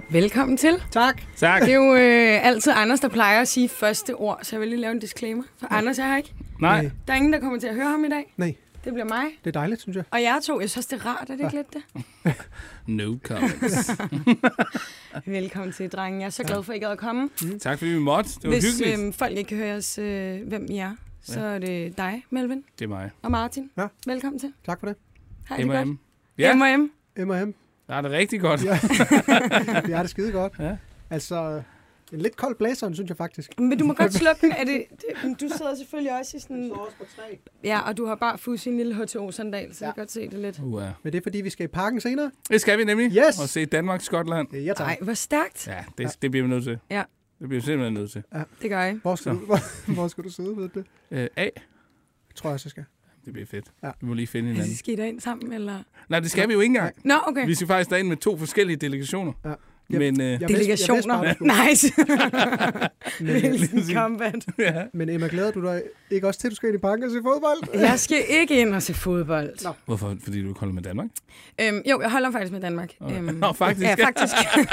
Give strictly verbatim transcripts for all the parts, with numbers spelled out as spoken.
Velkommen til. Tak. Tak. Det er jo øh, altid Anders, der plejer at sige første ord, så jeg vil lige lave en disclaimer. For ja. Anders er her ikke. Nej. Der er ingen, der kommer til at høre ham i dag. Nej. Det bliver mig. Det er dejligt, synes jeg. Og jeg to, jeg synes, det er rart, er det ikke lidt det? No comments. Velkommen til, drengen. Jeg er så glad for, at I gad at komme. Mm. Tak fordi vi måtte. Det var Hvis, hyggeligt. Hvis øh, folk ikke kan høre os, øh, hvem I er, så er det dig, Melvin. Det er mig. Og Martin. Ja. Velkommen til. Tak for det. Hej, det M og godt. M. Ja. M og M. M og M. Der er det rigtig godt. Ja. Det er det skide godt. Ja. Altså, en lidt kold blæser, synes jeg faktisk. Men du må godt slukke den. Er det, det, du sidder selvfølgelig også i sådan... Jeg står også på tre. Ja, og du har bare fået sin lille H to O-sandal, så ja. Jeg kan godt se det lidt. Uh, Men det er fordi, vi skal i parken senere. det skal vi nemlig. Yes. Og se Danmark-Skotland. Ja, tak. Nej, hvor stærkt. Ja, det, det bliver vi nødt til. Ja. Det bliver vi simpelthen nødt til. Ja. Det gør jeg. Hvor skal, du, hvor, hvor skal du sidde, ved det? Uh, A. Tror jeg, så skal. Det bliver fedt. Ja. Vi må lige finde Altså, hinanden. skal I derind sammen, eller? Nej, det skal vi jo ikke engang. Nå, okay. Vi skal faktisk derind med to forskellige delegationer. Ja. Men, uh, Jeg Delegationer. Vidste, jeg vidste bare, Nice. men, Wilson Combat. ja. men Emma, glæder du dig ikke også til, at du skal ind i parken og se fodbold? Jeg skal ikke ind og se fodbold. Nå. Hvorfor? Fordi du holder med Danmark? Øhm, jo, jeg holder faktisk med Danmark. Okay. Øhm, Nå, faktisk. Ja, faktisk.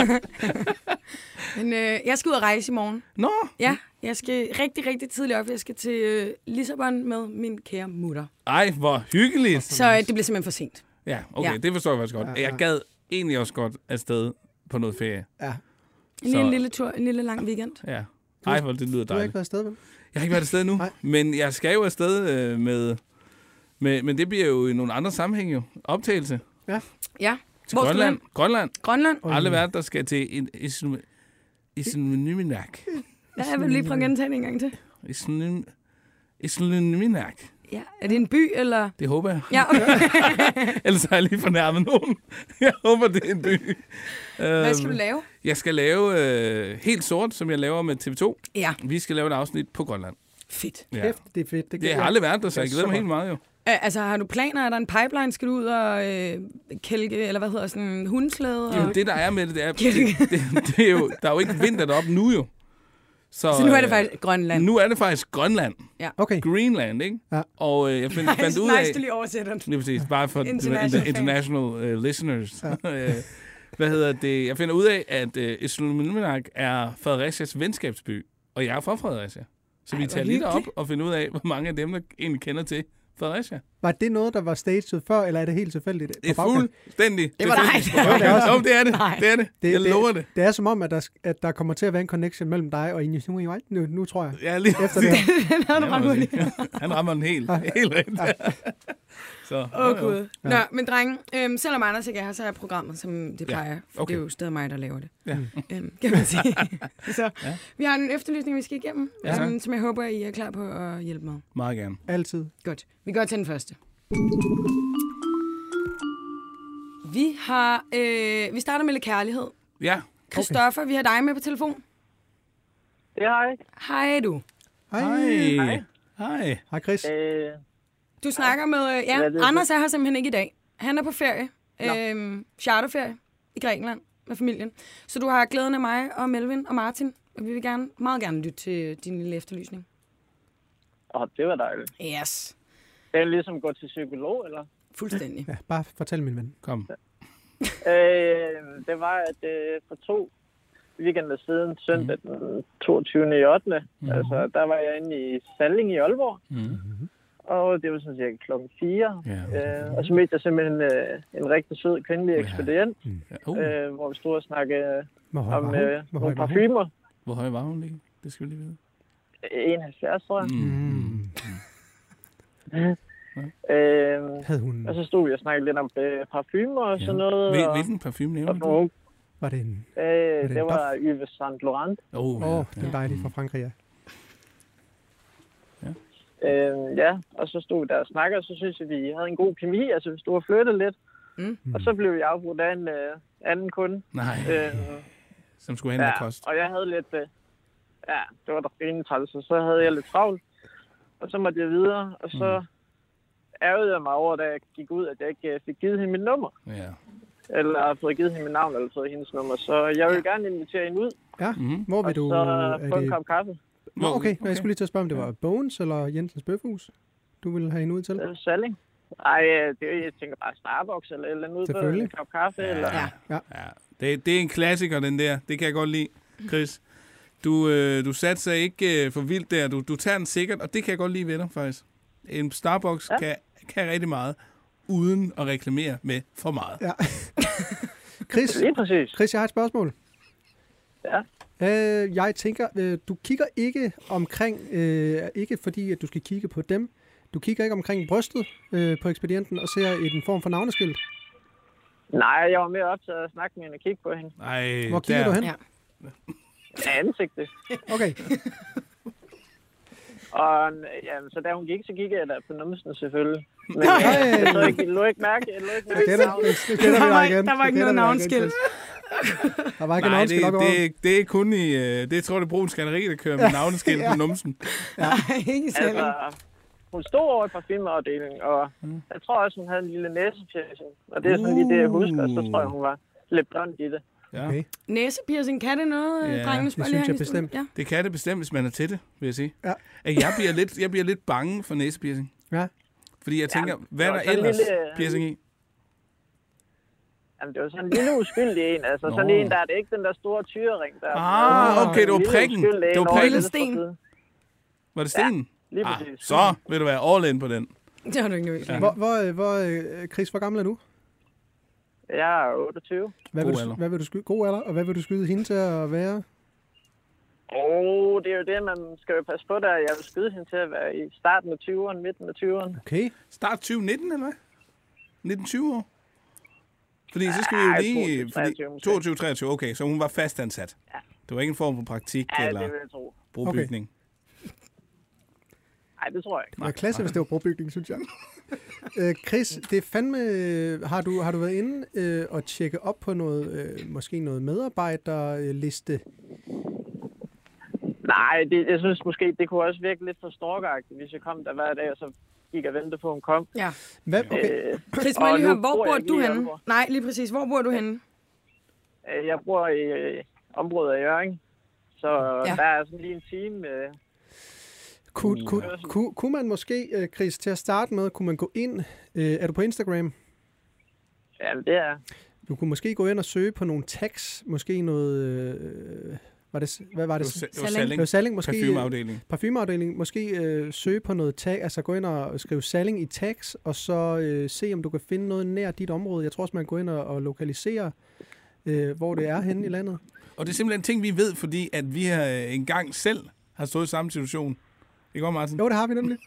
Men øh, jeg skal ud og rejse i morgen. Nå. Ja, jeg skal rigtig, rigtig tidligt op. Jeg skal til øh, Lissabon med min kære mutter. Ej, hvor hyggeligt. Så øh, det bliver simpelthen for sent. Ja, okay, Ja. det forstår jeg faktisk godt. Ja, ja. Jeg gad egentlig også godt afsted på noget ferie. Ja. En Så- lille, lille tur, en lille lang weekend. Ja. Ej, hvor det lyder Du har dejligt. ikke været afsted, vel? Jeg har ikke været afsted nu, Nej. men jeg skal jo afsted øh, med, med... Men det bliver jo i nogle andre sammenhæng jo. Optagelse Ja. til Hvor skal Grønland. du Grønland. Grønland. Oj. Aldrig været, der skal til en Isnuminak. Ja, jeg vil lige prøve at gentage det en gang til. Isnuminak. Ja, er det en by, eller? Det håber jeg. Ja, okay. Ellers har jeg lige fornærmet nogen. Jeg håber, det er en by. Hvad skal du lave? Jeg skal lave øh, Helt Sort, som jeg laver med T V to. Ja, Vi skal lave et afsnit på Grønland. fedt. Ja. Kæft, det er fedt. Det kan har jeg- aldrig været der, så jeg Det er glæder mig så helt meget jo. Øh, altså, har du planer? Er der en pipeline? Skal du ud og øh, kælke, eller hvad hedder sådan en hundslæde? Og... Jamen, det der er med det, det er, det, det, det er jo, der er jo ikke vinter deroppe nu jo. Så nu er det øh, faktisk Grønland. Nu er det faktisk Grønland. Okay. Greenland, ikke? Ja. Og øh, jeg find, nice, fandt ud af... nice, du lige oversætter den. Lige præcis, bare for International international, fans. international uh, listeners. Ja. Hvad hedder det? Jeg finder ud af, at uh, Isluminak er Fredericias venskabsby, og jeg er fra Fredericia. Så Ej, vi hvor tager lidt op hyggeligt. og finder ud af, hvor mange af dem, der egentlig kender til Fredericia. Var det noget, der var staged før, eller er det helt tilfældigt? Det er på bagkant? fuldstændig. Det var tilfældigt. dig. Det var det også. Jo, det er det. Nej. Det er det. Det- Jeg det- lover det. Det er som om, at der, at der kommer til at være en connection mellem dig og Ines nu, nu, nu tror jeg. Ja, lige Efter det her. Den havde du ret hurtigt. Han rammer den helt, helt rigtigt. Så, Åh, oh, gud. Nå, men drenge, øhm, selvom Anders ikke er her, så er programmet, som det Ja, plejer. For okay. det er jo stadig mig, der laver det. Ja. Øhm, kan man sige. så Ja. vi har en efterlysning, vi skal igennem, Ja. som, som jeg håber, I er klar på at hjælpe med. Meget gerne. Altid. Godt. Vi går til den første. Vi har, øh, vi starter med lidt kærlighed. Ja, Christoffer, vi har dig med på telefon. Det har jeg. Hej du. Hej. hej. Hej. Hej, Chris. Øh, Du snakker med, øh, ja, Hvad er det? Anders er her simpelthen ikke i dag. Han er på ferie, øhm, charterferie i Grækenland med familien. Så du har glæden af mig og Melvin og Martin, og vi vil gerne, meget gerne lytte til din lille efterlysning. åh, det var dejligt. Yes, Det er ligesom at gå til psykolog, eller? fuldstændig. Ja, bare fortæl, min ven. Kom. øh, det var, at øh, for to weekender siden, søndag den toogtyvende i ottende Mhm. Altså, der var jeg inde i Salling i Aalborg, Mm. og det var sådan cirka klokken fire. Ja. Øh, og så mødte jeg simpelthen øh, en rigtig sød kvindelig Ja. ekspedient, Ja. Uh, øh, hvor vi stod og snakkede Hvor høj var om hun? øh, Hvor høj nogle var hun? parfumer. hvor høj var hun lige? Det skal vi lige vide. enoghalvfjerds, tror jeg. Mm. Øh, Havde hun... og så stod vi og snakkede lidt om øh, parfumer og Ja. sådan noget. Hvil, og, hvilken parfume nævner og du? nogle, Var det en... øh, det en det var Yves Saint Laurent. Oh, Åh, oh, den dejlige fra Frankrig, ja. Øh, ja, og så stod vi der og snakkede, og så synes jeg, vi havde en god kemi. Altså, vi stod og flyttede lidt. Mm. Og så blev vi afbrudt af en øh, anden kunde. Nej, Øh, som skulle hen ja, og kost. og jeg havde lidt... Øh, ja, det var da rimelig træls, så så havde jeg lidt travlt. Og så måtte jeg videre, og så mm. ærgede jeg mig over, da jeg gik ud, at jeg ikke øh, fik givet hende mit nummer. Ja. Eller har fået givet hende mit navn, eller fået hendes nummer. Så jeg vil gerne invitere hende ud, Ja, Mm-hmm. hvor vil og du... så Er få en det... kop kaffe. Nå, okay. Jeg skulle lige til at spørge, om det var Bones eller Jensens Bøfhus, du ville have hende ud til? Det er Salling. Ej, øh, det er, jeg tænker bare Starbucks eller et eller andet ud på Selvfølgelig. en kop kaffe. Ja. Eller... Ja. Ja. Ja, Det, det er en klassiker, den der. Det kan jeg godt lide, Chris. Du, øh, du satser ikke øh, for vildt der. Du, du tager den sikkert, og det kan jeg godt lide ved dig, faktisk. En Starbucks ja. kan, kan rigtig meget, uden at reklamere med for meget. Ja. Chris, Lige præcis. Chris, jeg har et spørgsmål. Ja. Øh, jeg tænker, øh, du kigger ikke omkring, øh, ikke fordi, at du skal kigge på dem. Du kigger ikke omkring brystet øh, på ekspedienten og ser en form for navneskilt. Nej, jeg var mere optaget af at snakke med hende og kigge på hende. Ej, Hvor kigger der. du hen? Ja. Ja, ansigtet. Okay. Og ja, så da hun gik, så kiggede jeg da på numsen selvfølgelig. Men Nej. jeg, jeg, så ikke, jeg lå ikke mærke, jeg lå ikke Det mærke kender, navnet. det kender Der vi var dig ikke- igen. der var ikke Det kender noget vi dig igen, navnskilt. Chris. Der var ikke Nej, navnskilt det, op over. det, det er kun i... Øh, det tror jeg, det er Bruns Galleri, der kører med navneskilt Ja. på numsen. Nej, ikke selv. Altså, hun stod over i parfumeafdelingen, og jeg tror også, hun havde en lille næsepiercing. Og det er sådan lige det, jeg husker, og så tror jeg, hun var lidt blond i det. Ja. Okay. Næsepiercing, kan det noget, Ja, ja, drengene? det Spørg synes lige her jeg i studiet. bestemt. Ja. Det kan det bestemt, hvis man er til det, vil jeg sige. Ja. At jeg bliver lidt, jeg bliver lidt bange for næsepiercing. Ja. Fordi jeg tænker, Ja, hvad er det der var sådan ellers en lille- piercing i? Jamen, det var sådan en lille uskyldig en. Altså, Nå. sådan en, der er det ikke den der store tyrering. Der Ah, okay, det var En lille prikken. uskyldig Det var en over prikken. lidt fra Sten. siden. Var det stenen? Lige Ah, præcis. så vil du være all in på den. Det har du ikke nødt. Ja. Hvor, hvor, øh, hvor, øh, Chris, hvor gammel er du? Jeg er otteogtyve. Hvad God vil, du, alder. hvad vil du skyde? God alder. Og hvad vil du skyde hende til at være? Åh, oh, det er jo det, man skal jo passe på der. Jeg vil skyde hende til at være i starten af tyverne, midten af tyverne. Okay. Start tyve nitten, eller hvad? nitten tyve år? Fordi så skal vi jo Ej, lige... toogtyve, Fordi, treogtyve måske. toogtyve treogtyve, okay, så hun var fastansat. Ja. Det var ikke en form for praktik Ja, eller det vil jeg tro. brobygning. Nej, det tror jeg ikke. Det var klasse, hvis det var brobygning, synes jeg. øh, Chris, det er fandme... Har du, har du været inde øh, og tjekke op på noget, øh, måske noget medarbejderliste? Nej, det, jeg synes måske, det kunne også virke lidt for stalkeragtigt, hvis jeg kom der hver dag, og så gik jeg vente på, at hun kom. Ja. Hvad? Okay. Øh, Chris, må jeg Og lige nu høre, hvor bor jeg bor ikke du lige i henne? Aalborg. Nej, lige præcis. Hvor bor du henne? øh, jeg bor i øh, området af Hjørring, så Ja. ja. der er sådan lige en time. Øh, Kunne, kunne, kunne, kunne man måske, øh, Chris, til at starte med, kunne man gå ind... Øh, er du på Instagram? ja, det er... Du kunne måske gå ind og søge på nogle tags. Måske noget... Øh, var det, hvad var det? Det var, det var Salling. Det Salling. var Salling, måske... Parfumeafdeling. Parfumeafdeling. Måske øh, søge på noget tag, altså gå ind og skrive Salling i tags, og så øh, se, om du kan finde noget nær dit område. Jeg tror også, man kan gå ind og, og lokalisere, øh, hvor det er henne i landet. Og det er simpelthen ting, vi ved, fordi at vi har øh, engang selv har stået i samme situation. Ikke godt, Martin? Jo, det har vi nemlig.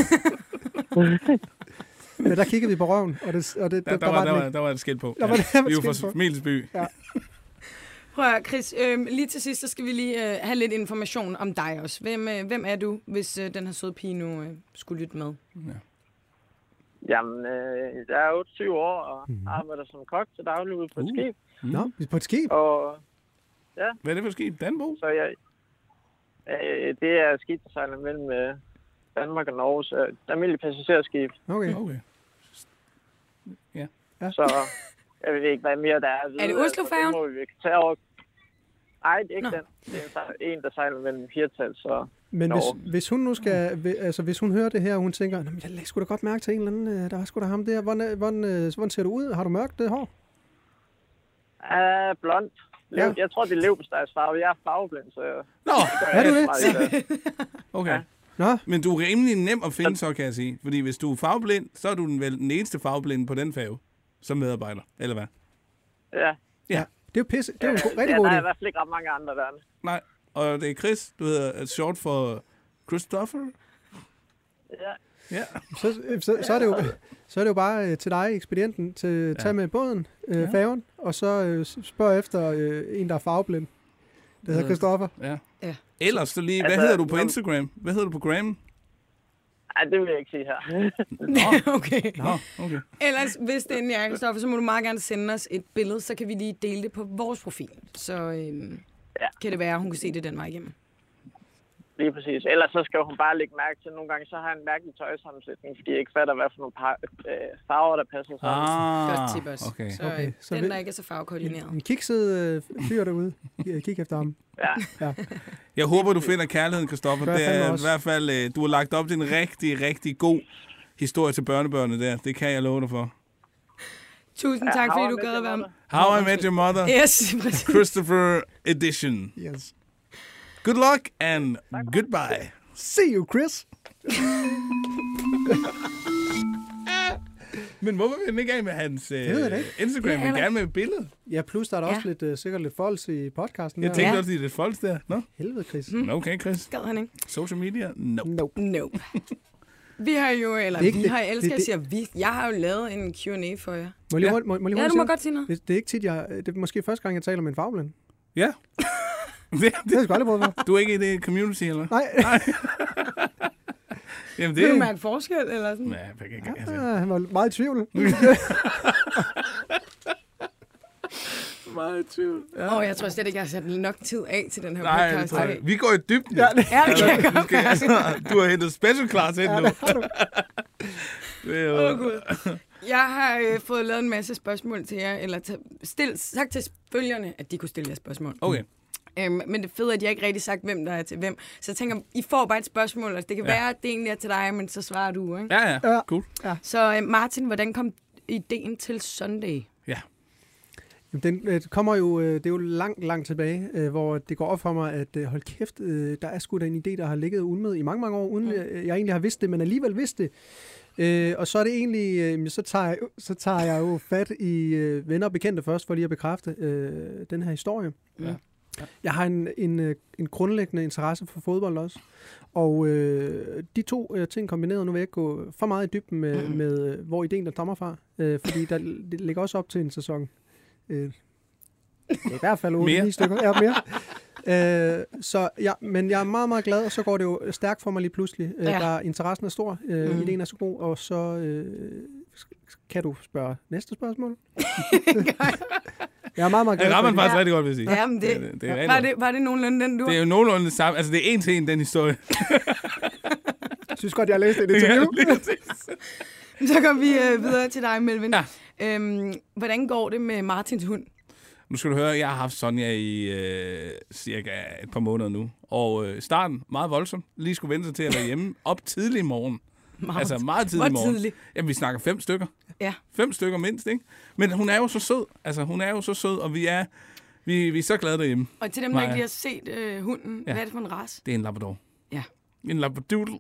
Ja, der kiggede vi på røven, og, det, og det, Der, der, der, der, var, var der, den var, ikke. der var et skilt på. Der var- der var vi er jo skilt fra på. Smilsby. Prøv at høre, Chris, øh, lige til sidst, så skal vi lige øh, have lidt information om dig også. Hvem, øh, hvem er du, hvis øh, den her søde pige nu øh, skulle lytte med? Jamen, øh, jeg er otteogtyve år og mm. arbejder som kok til daglig ude på et Uh. skib. Nå, vi er på et skib. Og Hvad er det for skib? Danbo? så jeg... Øh, det er skib, der sejler mellem øh, Danmark og Norge, så et almindeligt passagerskib. Okay. Okay. Så jeg ved ikke, hvad mere der er at vide. Er det Oslofærgen? Altså, det må vi tage over. Nej, det er ikke Nå. den. Det er en, der sejler mellem Hirtals, så... Men Nå. hvis, hvis hun nu skal, hvi- altså hvis hun hører det her, og hun tænker, "Nå, men jeg lægger sgu da godt mærke til en eller anden, øh, der er sgu da ham der. Hvordan, øh, hvordan, øh, hvordan ser du ud? Har du mørkt det hår? er blond. Lev, Ja. ja. Jeg tror, det er leverpostejsfarve. Jeg er farveblind, så jeg Nå, Er du det? meget i det. okay. Ja. Nå, Men du er rimelig nem at finde, så kan jeg sige. Fordi hvis du er farveblind, så er du den vel den eneste farveblinde på den færge som medarbejder, eller hvad? Ja. det er jo pisse. Det er jo en god, rigtig ja, god der er i idé. hvert fald ikke ret mange andre der. Nej, og det er Chris. Du hedder short for Christopher. Ja. Ja. Så, så, så, er det jo, så er det jo bare øh, til dig, ekspedienten, til tage Ja. med båden, øh, Ja. færgen, og så øh, spørg efter øh, en, der er farveblind. Det hedder Øh. Christoffer. Ja. Ja. Ellers så lige, hvad Altså, hedder du på når- Instagram? Hvad hedder du på Gram? Ej, det vil jeg ikke sige her. Okay. Nå, okay. Ellers, hvis det er en ja, Christoffer, så må du meget gerne sende os et billede, så kan vi lige dele det på vores profil. Så øhm, Ja. kan det være, at hun kan se det den vej igennem. Lige præcis. Ellers så skal hun bare lægge mærke til, at nogle gange så har jeg en mærkelig tøjsammensætning, fordi jeg ikke fatter, hvad for nogle par, øh, farver, der passer sammen. Ah, Godt tip også. okay. Så, Okay, okay, så den, vi- der ikke er så farvekoordineret. En kikset øh, fyr derude. K- Kig efter ham. Ja. Jeg håber, du finder kærligheden, Christoffer. Gør jeg Det fandme er i også. hvert fald, øh, du har lagt op til en rigtig, rigtig god historie til børnebørnene der. Det kan jeg love dig for. Tusind tak, fordi du gad at være med. How I Met Your Mother. Yes, præcis. Christopher Edition. Yes. Good luck and goodbye. See you, Chris. Men hvorfor vil han ikke af med hans uh, ved jeg ikke. Instagram? Ja, Ja, eller- gerne med et billede. Ja, plus der er der Ja. også lidt, uh, sikkert lidt folds i podcasten. Jeg her. tænkte Ja. også, at det er lidt folks der. Nå, Helvede, Chris. mm. okay, Chris. Gad han ikke? Social media? No. Nope. Nope. Vi har jo, eller Det er ikke vi det- har, jeg elsker det- at sige vi. Jeg har jo lavet en Q and A for jer. Må jeg lige Ja. hurtigt- må, må jeg lige Ja, hurtigt du må sige godt sige noget. det? Det er ikke tit, jeg... Det er måske første gang, jeg taler med en fagblind. Ja. det, Det har jeg sgu aldrig prøvet før. du er ikke i det community, eller? Nej. Jamen, Vil du det mærke forskel, eller sådan? Ja, jeg kan ikke... Altså. Ah, han var meget i tvivl. Meget i tvivl. Ja. Åh, oh, jeg tror slet ikke, jeg har sat nok tid af til den her Nej, podcast. det tror jeg. Vi går i dybden. Ja, det- Ja, det kan jeg Altså, godt vi skal, altså, du har hentet special class ind nu. Det er jo... Åh, Gud. Jeg har øh, fået lavet en masse spørgsmål til jer, eller til, stil, sagt til følgerne, at de kunne stille jer spørgsmål. Okay. Øhm, men det fede er, at jeg ikke rigtig sagt, hvem der er til hvem. Så jeg tænker, I får bare et spørgsmål, og det kan Ja. være, at det egentlig er til dig, men så svarer du, ikke? Ja, ja. Ja. Cool. Så øh, Martin, hvordan kom ideen til Sunday? Jamen, Den øh, kommer jo, øh, det er jo langt, langt tilbage, øh, hvor det går op for mig, at øh, hold kæft, øh, der er sgu da en idé, der har ligget ulmet i mange, mange år, uden Mm. øh, jeg egentlig har vidst det, men alligevel vidste det. Øh, og så er det egentlig, øh, så, tager jeg, så tager jeg jo fat i øh, venner og bekendte først, for lige at bekræfte øh, den her historie. Ja. Ja. Jeg har en, en, øh, en grundlæggende interesse for fodbold også. Og øh, de to øh, ting kombineret, nu vil jeg ikke gå for meget i dybden med, Mm. med øh, hvor ideen der stammer fra, øh, fordi der det ligger også op til en sæson. Øh, i hvert fald otte Mere. ni stykker. Ja, mere. Øh, så ja, men jeg er meget, meget glad, og så går det jo stærkt for mig lige pludselig. Øh, Ja. Der, interessen er stor, øh, Mhm. ideen er så god, og så øh, kan du spørge næste spørgsmål. Jeg er meget, meget glad Det rammer for man faktisk Ja. rigtig godt, vil jeg sige. Jamen, det, Det, det, det, er rigtig var, godt. det, var det nogenlunde den, du Det er jo nogenlunde det samme. Altså, det er en til en, den historie. Jeg synes godt, jeg har læst det interview. Ja, lige præcis. Så går vi øh, videre til dig, Melvin. Ja. Øhm, hvordan går det med Martins hund? Nu skal du høre, jeg har haft Sonja i øh, cirka et par måneder nu. Og øh, starten, meget voldsomt. Lige skulle vente sig til at være hjemme op tidlig i morgen. Meget, Altså meget tidlig i Hvor morgen. tidligt? Jamen, vi snakker fem stykker. Ja. Fem stykker mindst, ikke? Men hun er jo så sød. Altså, hun er jo så sød, og vi er, vi, vi er så glade derhjemme. Og til dem, der Nej. ikke lige har set øh, hunden, Ja. hvad er det for en race? Det er en labrador. Ja. En labradoodle.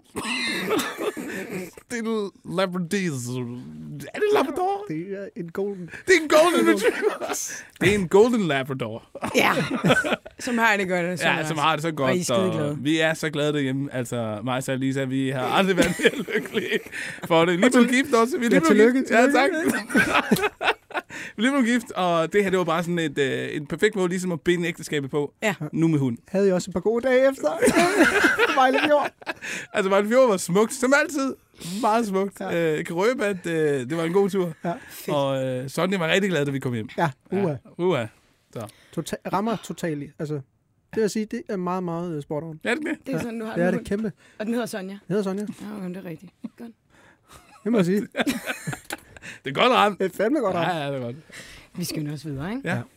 det er en labrador. Er det en labrador? Det er en golden... Det er en golden retriever. Det er en golden labrador. Ja, som har det godt. Ja, som har det så Og I godt. er skideglade. vi er så glade derhjemme. Altså, mig og Lisa, vi har aldrig været mere lykkelige for det. Lige blevet gift også. Vi er lige Ja, blevet tillykke, gift. Ja, tak. tillykke. vi er lige blevet gift, og det her, det var bare sådan et, øh, et perfekt måde ligesom at binde ægteskabet på. Ja. Nu med hund. Havde jeg også et par gode dage efter. Det var lidt gjort. Altså, Vejle Fjord var smukt, som altid. Meget smukt. Ja. Ja. Øh, kan røbe, at øh, det var en god tur. Ja. Og øh, Sonja var rigtig glad, da vi kom hjem. Ja, uha. Ja. Uha. Tota- rammer totalt. Altså, det vil jeg sige, det er meget, meget spot on. Er det det? Det er sådan, du har Det er en det hund. kæmpe. Og den hedder Sonja. Det hedder Sonja. Ja, okay, det er rigtigt. Godt. Det må jeg sige. Det er godt ramt. Det er fandme godt. Ja, Ja. ja, det er godt. Vi skynder os videre, ikke? Ja.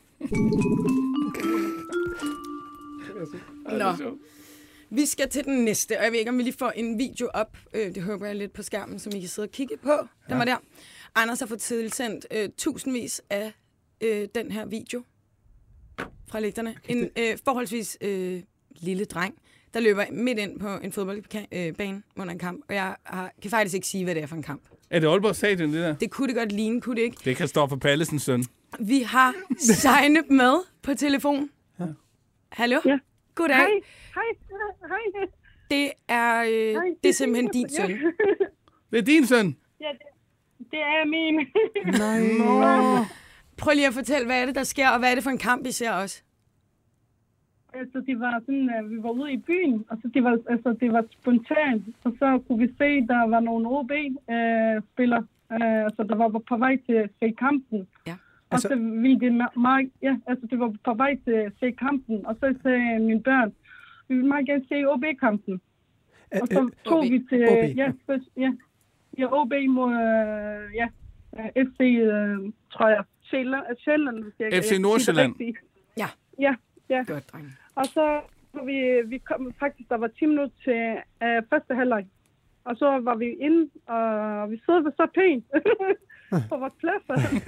Nå. Vi skal til den næste, og jeg ved ikke, om vi lige får en video op. Øh, det håber jeg lidt på skærmen, som I kan sidde og kigge på. Den Ja. var der. Anders har fået tilsendt øh, tusindvis af øh, den her video fra lægterne. En øh, forholdsvis øh, lille dreng, der løber midt ind på en fodboldbane under en kamp. Og jeg har, kan faktisk ikke sige, hvad det er for en kamp. Er det Aalborg Stadion, det der? Det kunne det godt ligne, kunne det ikke? Det kan stå for Pallesens søn. Vi har Signe med på telefon. Ja. Hallo? Ja. Goddag. Hej, hej, hej. Det er, øh, Hej. det er simpelthen din søn. Det er din søn. Ja, det, det er min. Nej. Nå. Prøv lige at fortælle, hvad er det, der sker, og hvad er det for en kamp, I ser også? Altså, det var sådan, at vi var ude i byen, og så det var, altså, det var spontant. Og så kunne vi se, at der var nogle O B-spillere, øh, altså, der var på vej til at se kampen. Ja. Og Altså- så vi det meget, ja, altså, det var på vej til at se kampen, og så sagde mine børn, vi vil meget gerne se O B-kampen. Æ, Og så æ, tog O B. vi til, O B, ja, først, ja, ja, O B mod, øh, ja, øh, F C, øh, tror jeg, Sjælland, Sjælland, hvis jeg F C jeg Nordsjælland. siger det rigtigt. Ja. Ja, ja. Godt, dreng. Og så var vi, vi kom faktisk, der var ti minutter til øh, første halvleg. og så var vi inde, og vi sidder så pænt på vores plads.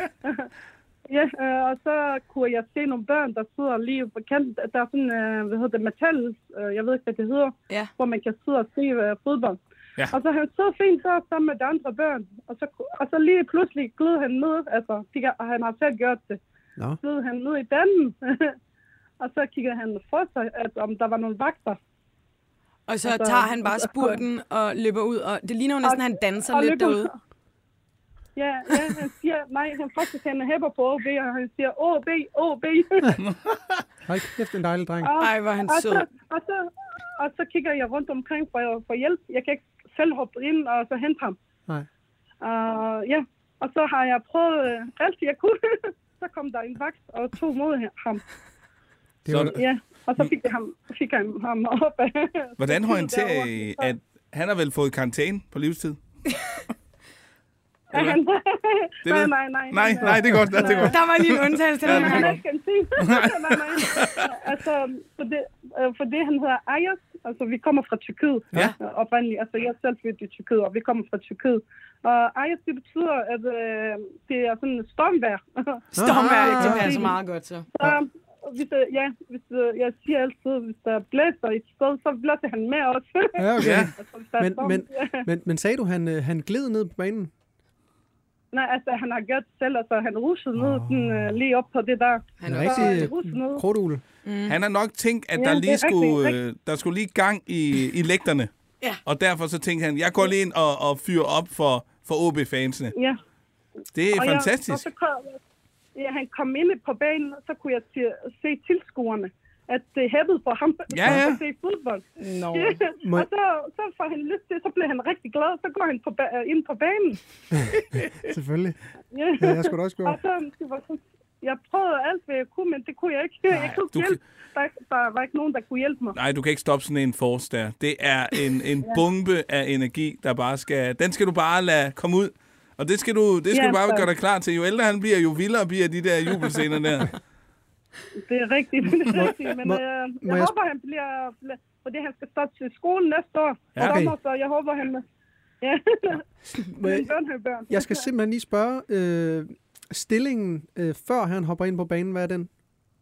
Ja, øh, og så kunne jeg se nogle børn, der sidder lige på kanten. Der er sådan, øh, hvad hedder det, metal, øh, jeg ved ikke, hvad det hedder, Ja. hvor man kan sidde og se øh, fodbold. Ja. Og så han så fint der sammen med de andre børn, og så, og så lige pludselig gled han ned, altså, og han har selv gjort det. Nå. Gled han ned i banen, og så kiggede han for sig, at om der var nogle vagter. Og så Altså, tager han bare spurten og løber ud, og det ligner jo næsten, at han danser og lidt løber- derude. Ja, ja, han siger, nej, han faktisk han hæpper på O B, og han siger, O B, O B. Hold kæft, en dejlig dreng. Og, Ej, hvor er han og, sød. så, og, så, og så kigger jeg rundt omkring for, for hjælp. Jeg kan ikke selv hoppe ind og så hente ham. Nej. Uh, ja, og så har jeg prøvet uh, alt, jeg kunne. Så kom der en vagt og tog mod ham. Det var, Så- Ja, og så fik jeg ham, fik jeg ham op. Hvordan håndterer Derovre. I, at han har vel fået karantæne på livstid? Ja, han, Det nej, ved- nej, nej. Nej, nej, det er godt. Det er godt. Der var lige en undtagelse til Ja, den det er her. Han godt. er ikke kan sige. nej, nej. Altså, for det, øh, for det, han hedder Ayas. Altså, vi kommer fra Tyrkiet Ja. øh, oprindeligt. Altså, jeg er selv født i Tyrkiet, og vi kommer fra Tyrkiet. Og Ayas, det betyder, at øh, det er sådan et stormvejr. Stormvejr, Ah, det ah, passer meget godt så. Så, hvis, øh, ja, hvis, øh, jeg siger altid, hvis der blæser et sted, så blæser han med os. Ja, okay. Ja. altså, hvis der er Men, storm, men, ja. men, men sagde du, han, øh, han gled ned på banen? Nej, altså, han har gjort det selv. Altså, han russede ned sådan, øh, lige op på det der. Han En er rigtig Så, øh, russede ned. krudtugle. Han har nok tænkt, at Ja, der det lige er skulle, rigtigt, øh, der skulle lige gang i, i lægterne. Ja. Og derfor så tænkte han, jeg går lige ind og, og fyrer op for, for O B-fansene. Ja. Det er Og jeg- fantastisk. og så kom, ja, han kom ind på banen, og så kunne jeg se, se tilskuerne, at det hæppede for ham, Ja, for ja. at se fodbold. Nå. Ja. Må- Og så, så får han lyst til, så bliver han rigtig glad, så går han på ba- ind på banen. Selvfølgelig. Ja. Ja, jeg skulle da også gå. Og så, det var sådan, jeg prøvede alt, hvad jeg kunne, men det kunne jeg ikke. Jeg kunne du ikke hjælpe. Der, der var ikke nogen, der kunne hjælpe mig. Nej, du kan ikke stoppe sådan en force der. Det er en, en bombe af energi, der bare skal... Den skal du bare lade komme ud. Og det skal du, det skal Ja, du bare så- gøre dig klar til. Jo ældre han bliver, jo vildere bliver de der jubelscener der. Det er rigtigt, det er rigtigt. Men må- øh, jeg, må jeg håber, han bliver, bliver... Fordi han skal starte til skolen næste år. Ja. Ja, Okay. okay. Så jeg håber, han... Ja, Må jeg- men børnehøjbørn. Jeg skal simpelthen lige spørge, øh, stillingen, øh, før han hopper ind på banen, hvad er den?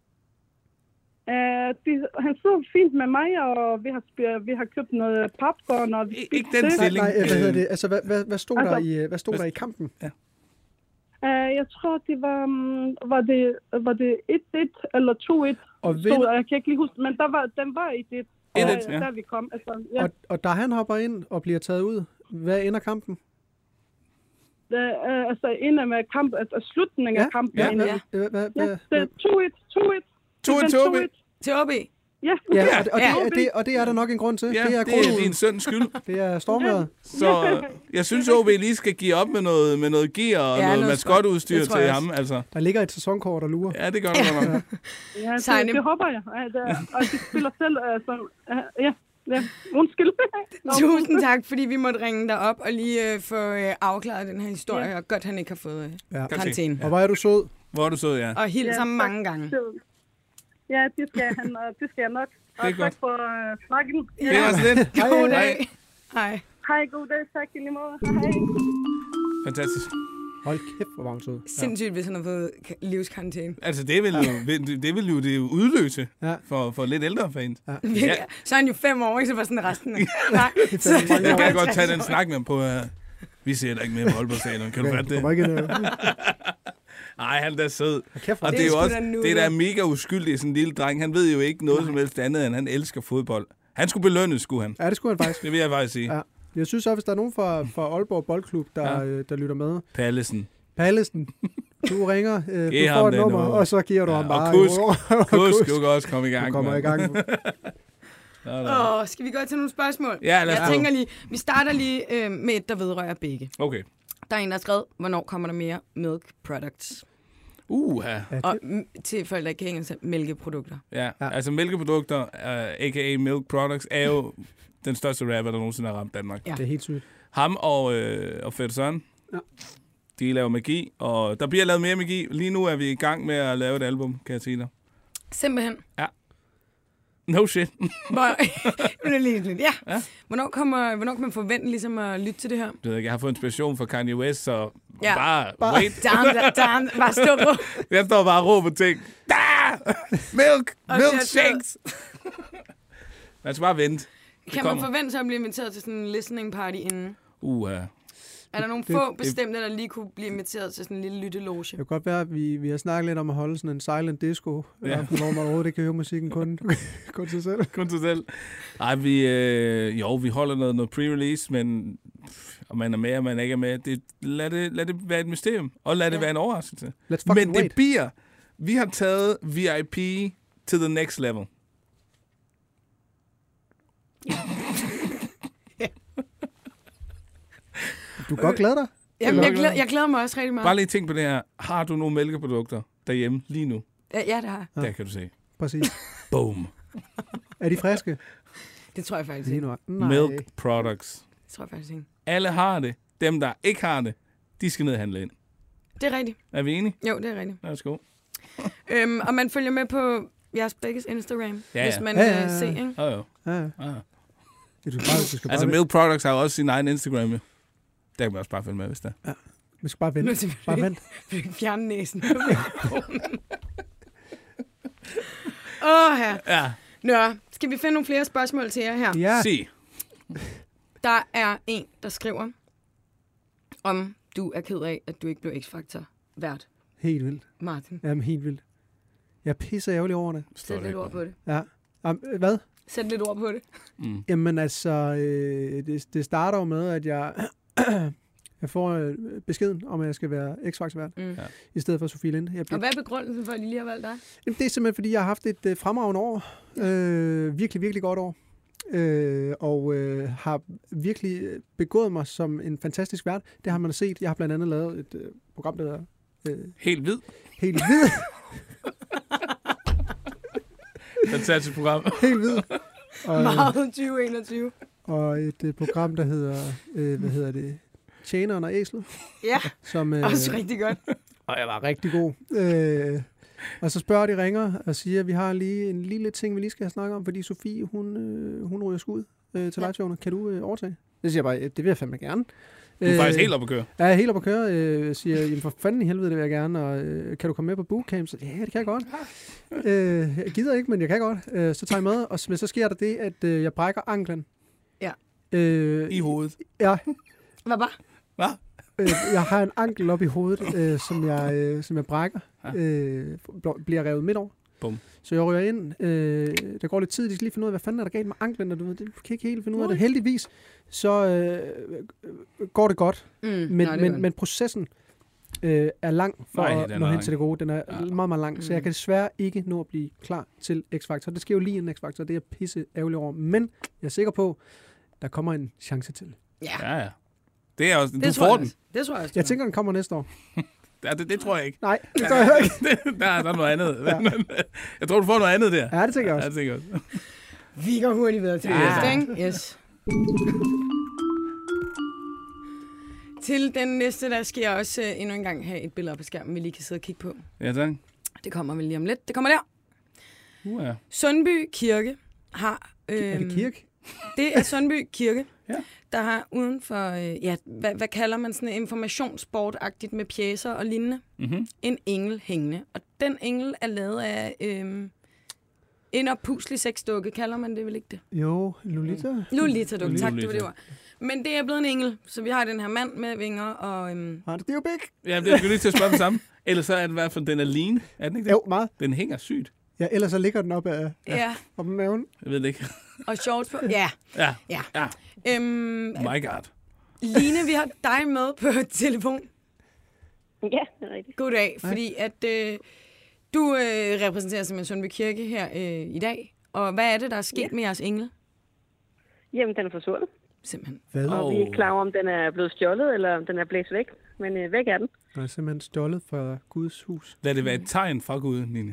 Uh, de, han sidder fint med mig, og vi har, sp- vi har købt noget popcorn, og vi Ik- spiste ikke den det. til- Stilling, Nej, nej, hvad øh, hedder det? Altså, hvad, hvad, hvad stod altså- der i, øh, hvad stod der i kampen? Uh, jeg tror, det var, um, var det, var det et-et eller to-et. Og, Stod, vind, der. Jeg kan ikke lige huske, men der var, den var et-et. et-et, øh, ja. Der vi kom. Altså, ja. og, og da han hopper ind og bliver taget ud, hvad ender kampen? Uh, uh, altså, inden med kamp, altså slutningen Ja, af kampen. Ja, ender- hvad, hvad, hvad, ja, hvad, det er to-et, to-et. To-et Det til er O B. to-et. Til O B. Ja. Ja, og, det, og, Ja. det, er, det, og det er der nok en grund til. Ja, det er det er krudtuglen. din søns skyld. Det er stormvejret. Så øh, jeg synes, O B lige skal give op med noget, med noget gear og Ja, noget noget maskotudstyr det tror til jeg ham. Altså, Der ligger et sæsonkort og lurer. ja, det gør det godt nok. Ja, det, Signe. det håber jeg. Ja, det, og de spiller selv, altså, uh, ja, ja, undskyld. Nå, Tusind tak, fordi vi måtte ringe dig op og lige øh, få øh, afklaret den her historie, Ja. og godt, han ikke har fået øh, Ja. karantæne. Og hvor er du sød. Hvor er du sød, ja. Og hils Ja, ham tak. mange gange. det- Ja, det skal han, og det skal jeg nok. Og Det er tak godt. for uh, snakken. Det er også lidt. God Hej. dag. Hej. Hej, god dag. Tak i lige måde. Hej. Fantastisk. Hold kæft, hvor var hun sød. Sindssygt, hvis han har fået ka- livskarantæne. Altså, det vil jo det vil jo det udløse Ja. for, for lidt ældre fans. Ja. Ja. Så er han jo fem år, ikke? Så var sådan resten af... Nej. Så, Jeg kan godt tage den snak med ham på, uh, vi ser da ikke mere på Aalborg Stadion. Kan du fatte det? kommer ikke ind, øh. Nej, han er da sød. Kæft, hvor Og Det det er er jo sgu også, da nu, det er da ja. mega uskyldig, sådan en lille dreng. Han ved jo ikke noget som helst andet, end han elsker fodbold. Han skulle belønnes, skulle han. Ja, det skulle han faktisk. Det vil jeg faktisk sige. Ja. Jeg synes også, hvis der er nogen fra, fra Aalborg Boldklub, der, Ja. ja. øh, der lytter med. Pallesen. Pallesen, du ringer, øh, Giv du ham får et den nummer, nu. og så giver du Ja, ham og bare... kusk. og Kusk, du kan også komme i Du gang. kommer i mand. gang. Sådan. Åh, skal vi gå til nogle spørgsmål? Ja, lad os Jeg prøve. tænker lige, vi starter lige øh, med et, der vedrører begge. Okay. Der er en, der har skrevet, hvornår kommer der mere milk products? Uha. Ja, Og det, mm, til folk, der ikke kan engelsk, mælkeprodukter. Ja, Ja. altså mælkeprodukter, uh, a k a. Milk Products, er jo den største rapper, der nogensinde har ramt Danmark. Ja. det er helt sygt. Ham og, øh, og Fætter Søren, Ja. de laver magi, og der bliver lavet mere magi. Lige nu er vi i gang med at lave et album, kan jeg sige dig. Simpelthen. No shit. Hvor, ja. Ja. Hvornår, kommer, hvornår kan man forvente ligesom at lytte til det her? Det ved jeg, jeg har fået inspiration fra Kanye West, så Ja. bare, Bare- wait. Darn, darn, bare stå på. Jeg står bare og råber ting. Da! Milk! Og Milkshakes! Man skal bare vente. Kan man forvente sig at blive inviteret til sådan en listening party inden? Uh, Er der nogle det- få det- bestemte, der lige kunne blive inviteret til sådan en lille lytteloge? Det kan godt være, at vi, vi har snakket lidt om at holde sådan en silent disco, Ja. ja. hvor man overhovedet ikke kan høre musikken kun, kun sig selv. kun til selv. Ej, vi, øh, jo, vi holder noget, noget pre-release, men pff, om man er med, og man ikke er med, det, lad, det, lad det være et mysterium, og lad det Ja. være en overraskelse. Let's fucking Men det wait. bliver, vi har taget V I P to the next level. Du kan godt glæde dig. Jamen, jeg glæder, jeg glæder mig også rigtig meget. Bare lige tænk på det her. Har du nogle mælkeprodukter derhjemme lige nu? Ja, ja, det har jeg. Ja. Der kan du se. Præcis. Boom. Er de friske? Det tror jeg faktisk Lige ikke. nu. Nej. Milk products. Det tror jeg faktisk ikke. Alle har det. Dem, der ikke har det, de skal ned og handle ind. Det er rigtigt. Er vi enige? Jo, det er rigtigt. Lad os gå. Øhm, og man følger med på jeres begges Instagram, Ja, hvis ja. man Ja, ja, ja, ja, ja. se, ikke? Oh, jo. Ja, ja. Ah. Det du skal bare, du skal Altså, bare, Milk Products har jo også sin egen Instagram, jo. Der kan man også bare følge med, hvis der. vi skal bare Nu vente. til Bare vent. fjerne næsen. Åh, her. Ja. Nå, skal vi finde nogle flere spørgsmål til jer her? Ja. Sig. Der er en, der skriver, om du er ked af, at du ikke blev X-Factor vært. Helt vildt. Martin, Jamen, helt vildt. Jeg pisser ærgerlig over det. Står sæt der lidt ikke ord på det. Ja. Um, hvad? Sæt lidt ord på det. Mm. Jamen altså, øh, det, det starter jo med, at jeg, jeg får øh, beskeden om, at jeg skal være X-Factor-vært, Mm. Ja. i stedet for Sofie Linde. Jeg Og bliver, hvad er begrundelsen for, at de lige har valgt dig? Jamen, det er simpelthen, fordi jeg har haft et øh, fremragende år. Øh, virkelig, virkelig godt år. Øh, og øh, har virkelig øh, begået mig som en fantastisk vært. Det har man set. Jeg har blandt andet lavet et øh, program, der hedder øh, Helt hvid. Helt Hvid. Fantastisk program. Helt Hvid. Og, Meget tyve enogtyve. og et øh, program, der hedder, øh, hvad hedder det, Tjeneren og Æslet. Ja, Som, øh, også rigtig godt. og jeg var rigtig god. Øh, og så spørger de ringer og siger, at vi har lige en lille ting, vi lige skal snakke om, fordi Sofie, hun, øh, hun ryger skud øh, til Ja. liveshowene. Kan du øh, overtage? Det siger jeg bare, det vil jeg fandme gerne. Du er faktisk helt oppe at køre. Ja, jeg er helt oppe at køre. Øh, siger, jamen for fanden i helvede, det vil jeg gerne. Og øh, kan du komme med på bootcamp? Så, ja, det kan jeg godt. øh, jeg gider ikke, men jeg kan godt. Øh, så tager jeg med, og så, men så sker der det, at øh, jeg brækker anklen. Ja. Øh, I hovedet. ja, Hvad var? Hvad? øh, jeg har en ankel op i hovedet, øh, som, jeg, øh, som jeg brækker. Ja. Øh, bl- bliver revet midt over. Bum. Så jeg ryger ind. Øh, der går lidt tid, de skal lige finde ud af, hvad fanden er der galt med anklen, og du ved, det kan ikke helt finde ud af det. Heldigvis, så øh, går det godt. Mm, Men, nå, det er men, godt. men processen øh, er lang for Nej, Nej, den at er nå hen lang. til det gode. Den er Ja. ja. meget, meget lang. Så Mm. jeg kan desværre ikke nå at blive klar til X-Factor. Det sker jo lige en X-Factor, det er jeg pisse ærgerlig over. Men jeg er sikker på, der kommer en chance til. Ja, Ja, ja. Det er også, det du tror får jeg den. også. Det tror jeg også. Jeg tænker, den kommer næste år. Ja, det, det tror jeg ikke. Nej, det gør jeg ikke. der, er, der er noget andet. Ja. Jeg tror, du får noget andet der. Ja, det tænker jeg Ja, også. det tænker jeg også. Vi går hurtigt videre til Ja. næste, ikke? Yes. Til den næste, der skal jeg også uh, endnu en gang have et billede op på skærmen, vi lige kan sidde og kigge på. Ja, tak. Det kommer vel lige om lidt. Det kommer der. Uh, ja. Sundby Kirke har... Øhm, Er det kirke? Det er Sundby Kirke, Ja. der har uden for, øh, ja, hvad, hvad kalder man sådan informationssportagtigt med pjæser og lignende, Mm-hmm. en engel hængende. Og den engel er lavet af øh, en oppuslig sexdukke, kalder man det vel ikke det? Jo, Lolita. Lolita-dukke, tak, det var det Lolita. ord. Men det er blevet en engel, så vi har den her mand med vinger og... Øhm, Har det er jo big. Ja, det er jo lige til at spørge det samme. Ellers så er det i hvert fald, den er lean. Er den ikke det? Jo, meget. Den hænger sygt. Ja, ellers så ligger den op af, ja, op af maven. Jeg ved det ikke. og shorts på. Ja, Ja. ja. Ja. Øhm, Oh my god. Line, vi har dig med på telefon. Ja, det er rigtigt. Goddag, fordi at øh, du øh, repræsenterer simpelthen Sundby Kirke her øh, i dag. Og hvad er det, der er sket Ja. med jeres engel? Jamen, den er forsvundet. Simpelthen. Hvad? Og Åh. vi er ikke klar over, om den er blevet stjålet, eller om den er blæst væk. Men øh, væk er den. Den er simpelthen stjålet fra Guds hus. Lad det være et tegn fra Gud, Nina.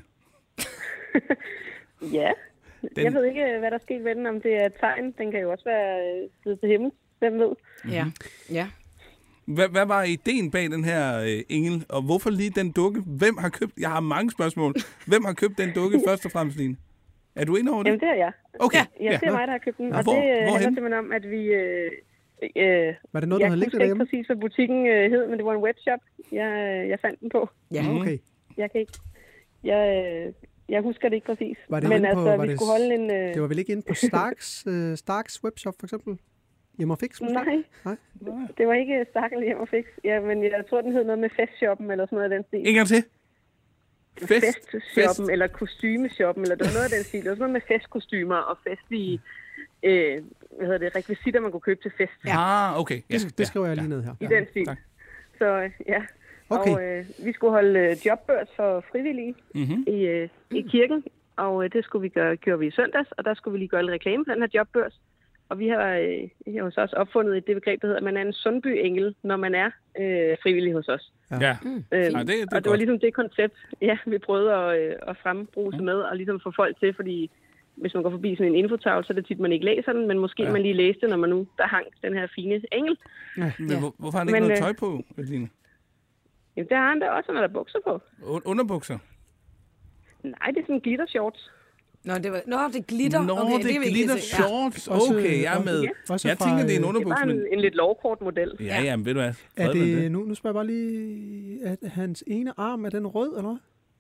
Ja. Den- Den... Jeg ved ikke, hvad der er sket med den, om det er et tegn. Den kan jo også være øh, stedet til himmel. Hvem ved? Ja. Ja. Hvad, hvad var ideen bag den her øh, engel, og hvorfor lige den dukke? Hvem har købt? Jeg har mange spørgsmål. Hvem har købt den dukke først og fremmest, Line? Er du inde over det? Jamen, det er jeg. Okay. Ja, det er mig, der har købt den. Nå, Og hvor, det øh, handler hvorhen? simpelthen om, at vi... Øh, øh, Var det noget, du jeg havde liggende husker ikke derhjemme? præcis, hvad butikken øh, hed, men det var en webshop, jeg, øh, jeg fandt den på. Ja. Mhm. Okay. Jeg kan ikke... Jeg, øh, jeg husker det ikke præcis. Var det men inde på- altså, var vi det skulle holde en... Øh, Det var vel ikke inde på Starks, øh, Starks webshop, for eksempel? Hjem og Fix, måske? nej, Nej. det var ikke Stakkel hjem og fix. Ja, men jeg tror, den hed noget med festshoppen eller sådan noget af den stil. En gang til. Fest. Festshoppen eller kostymeshoppen, eller det var noget af den stil. Det var sådan noget med festkostymer og festlige øh, hvad hedder det, rekvisitter, man kunne købe til fest. Ja. Ah, okay. Ja, Det, det skriver jeg lige ned her. I den stil. tak. Så øh, ja. Okay. Og øh, vi skulle holde øh, jobbørs for frivillige Mm-hmm. i, øh, i kirken, og øh, det skulle vi gøre, gjorde vi i søndags, og der skulle vi lige gøre lidt reklame på den her jobbørs. Og vi har øh, hos os opfundet det begreb, der hedder, at man er en Sundby-engel, når man er øh, frivillig hos os. Ja. Øh, Ja, det, det er og det godt. var ligesom det koncept, ja, vi prøvede at, øh, at frembruse med, og ligesom få folk til, fordi hvis man går forbi sådan en infotavle, så er det tit, man ikke læser den, men måske Ja. ja. man lige læste, når man nu, der hang den her fine engel. Men Ja. hvor, hvorfor har han ikke Men, noget øh, tøj på, Line? Jamen, der har han da også, når der er bukser på. Un- Underbukser? Nej, det er sådan glitter shorts. Nå, det, var, nå, det glitter. Nå, okay, det kan er vi ikke glitter se. Ja. shorts. Også- Okay, jeg er med. Ja. Også Jeg fra, tænker, det er en øh, Det er underbuks, bare en, men... en lidt lovkort model. Ja, ja, men ved du hvad? Er Fred med det, nu, nu spørger jeg bare lige, at hans ene arm, er den rød, eller hvad?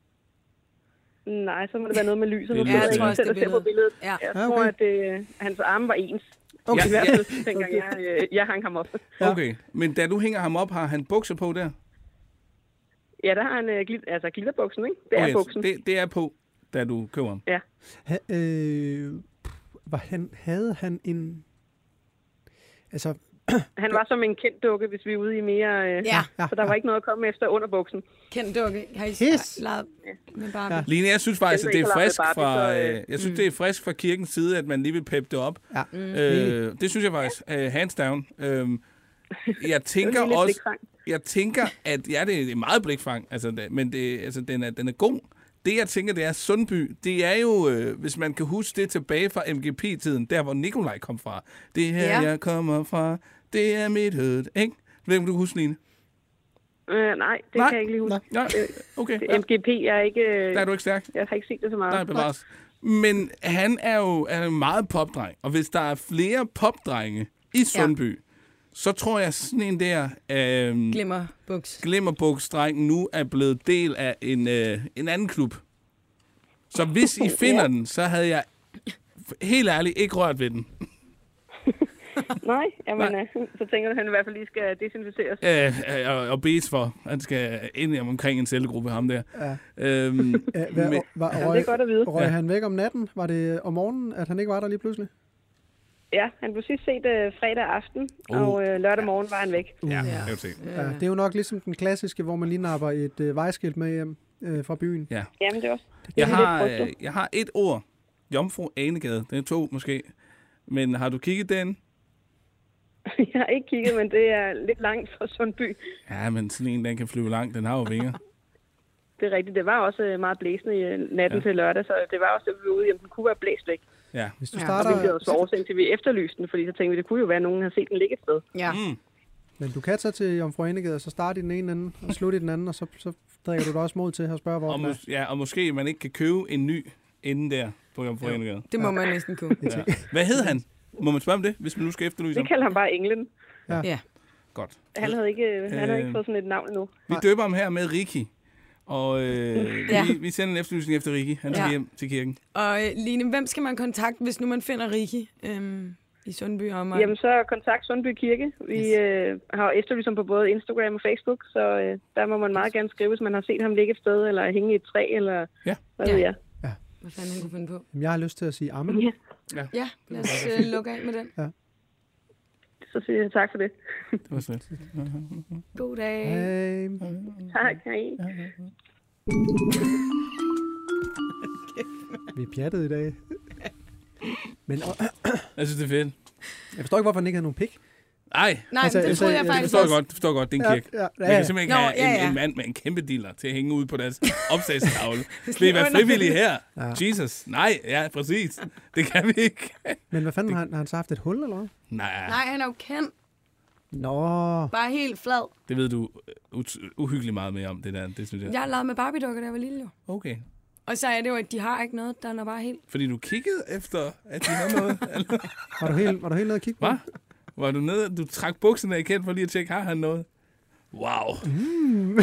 Nej, så må det være noget med lyset. Det Nu er kan jeg lyset, ikke ja. lige selv at se på billedet. Ja. Jeg Ja, tror, okay. at det, hans arme var ens. Okay. I hvert fald, dengang jeg, øh, jeg hang ham op. Ja. Okay, men da du hænger ham op, har han bukser på der? Ja, der har han øh, glit, altså glitterbuksen, ikke? Det er Okay, buksen. Det, det er på, da du køber ham. Ha, øh, var han, havde han en... Altså, Han var som en kendt dukke, hvis vi er ude i mere... Øh, Ja, ja, Så der var ikke noget at komme efter under buksen. kendt dukke. Har I Pis. leget med Barbie? Ja. Ja. Line, jeg synes faktisk, Den at det er ikke har frisk lavet fra, Barbie, så, øh, øh, jeg synes, det er frisk fra kirkens side, at man lige vil peppe det op. ja. Mm. Øh, det synes jeg faktisk, uh, hands down. Øhm, jeg tænker Det var en lille også, blikfang. jeg tænker, at ja, det er meget blikfang, altså, det- men det, altså, den, er, den er god. Det, jeg tænker, det er Sundby. Det er jo, øh, hvis man kan huske det tilbage fra M G P-tiden, der hvor Nikolaj kom fra. Det her, Ja. jeg kommer fra, det er mit hød, ikke? Hvem kan du huske, Line? Øh, nej, det Nej. kan jeg ikke lige huske. Nej, okay. Ja. M G P er ikke... øh, Der er du ikke stærk. Jeg har ikke set det så meget. Nej, bevares. Men han er jo er en meget popdreng, og hvis der er flere popdrenge i Sundby, ja. så tror jeg sådan en der øh, Glimmerbuks. glimmerbuksdreng nu er blevet del af en, øh, en anden klub. Så hvis I finder Ja. den, så havde jeg helt ærligt ikke rørt ved den. Nej, jamen, Nej. øh, så tænker du, at han i hvert fald lige skal desinficeres. Øh, øh, og, og bedes for. Han skal ind omkring en cellegruppe, ham der. Ja. Øhm, Ja, hvad, men, var, Ja, det røg, er godt at vide. røg Ja. han væk om natten? Var det om morgenen, at han ikke var der lige pludselig? Ja, han blev sidst set øh, fredag aften, Uh. og øh, lørdag morgen var han væk. ja, Ja. jeg kan se. Ja, det er jo nok ligesom den klassiske, hvor man lige napper et øh, vejskilt med hjem øh, fra byen. Ja. Jamen, det er også. Det Jeg er har, lidt øh, jeg har et ord. Jomfru Anegade. Det er to måske. Men har du kigget den? frygtet. Jeg har ikke kigget, men det er lidt langt fra Sundby. Ja, men sådan en, den kan flyve langt. Den har jo vinger. Det er rigtigt. Det var også øh, meget blæsende i øh, natten Ja. ja. til lørdag, så det var også, at vi var ude, jamen, den kunne være blæst væk. Ja. Hvis du Ja. Og hvilket starter, også var årsagen til, at vi efterlyste den, fordi så tænkte vi, det kunne jo være, at nogen har set den ligge et sted. Ja. Mm. men du kan tage til Jomfru Anegade, og så starte i den ene ende, og slutte i den anden, og så, så drikker du dig også mod til at spørge, hvor Og, den er. mås- ja, og måske man ikke kan købe en ny inden der på Jomfru Anegade. Det må man næsten kunne. Ja. Hvad hed han? Må man spørge om det, hvis man nu skal efterlyse Vi ham? kalder ham bare Englen. Ja. Godt. Han havde ikke, øh, han havde Øh. ikke fået sådan et navn endnu. Vi døber ham her med Riki. Og øh, Ja. vi, vi sender en efterlysning efter Riki. Han skal Ja. hjem til kirken. Og øh, Line, hvem skal man kontakte, hvis nu man finder Riki øhm, i Sundby og omegn? Jamen, så kontakt Sundby Kirke. Vi Yes. øh, har efterlyst ham på både Instagram og Facebook, så øh, der må man meget gerne skrive, hvis man har set ham ligge et sted, eller hænge i et træ, eller Ja. hvad Ja. ved jeg. Hvad fanden han kunne finde på? Jamen, jeg har lyst til at sige amen. Ja, Ja, lad os øh, lukke af med den. så siger jeg tak for det. Det var slet. God dag. Hey. Tak, hej. Vi er pjattet i dag. Men øh, Jeg synes, det er fedt. jeg forstår ikke, hvorfor han ikke havde nogen pik. Ej, Nej, Altså, altså, det altså, troede jeg jeg det faktisk forstår jeg også. godt. Det forstår jeg godt. Det er en kirke. Ja, ja, Man ja. kan simpelthen ikke Nå, have ja, en, ja. en mand med en kæmpe dealer til at hænge ud på deres opslagstavle. Skal I være frivillige her? Ja. Jesus. Nej, ja, præcis. Det kan vi ikke. Men hvad fanden, har han, har han så haft et hul, eller hvad? Nej, Nej, han er jo kendt. Nå, Bare helt flad. det ved du uh, uhyggeligt meget mere om, det der. Det synes jeg. Jeg har leget med Barbie-dukker, da jeg var lille jo. Okay. Og så er det jo, at de har ikke noget, der er bare helt... Fordi du kiggede efter, at de havde noget? Eller? Var du helt, var du helt nede og kigge på? Hvad? Var du nede? Du trak bukserne igen for lige at tjekke, har han noget? Wow. Mm.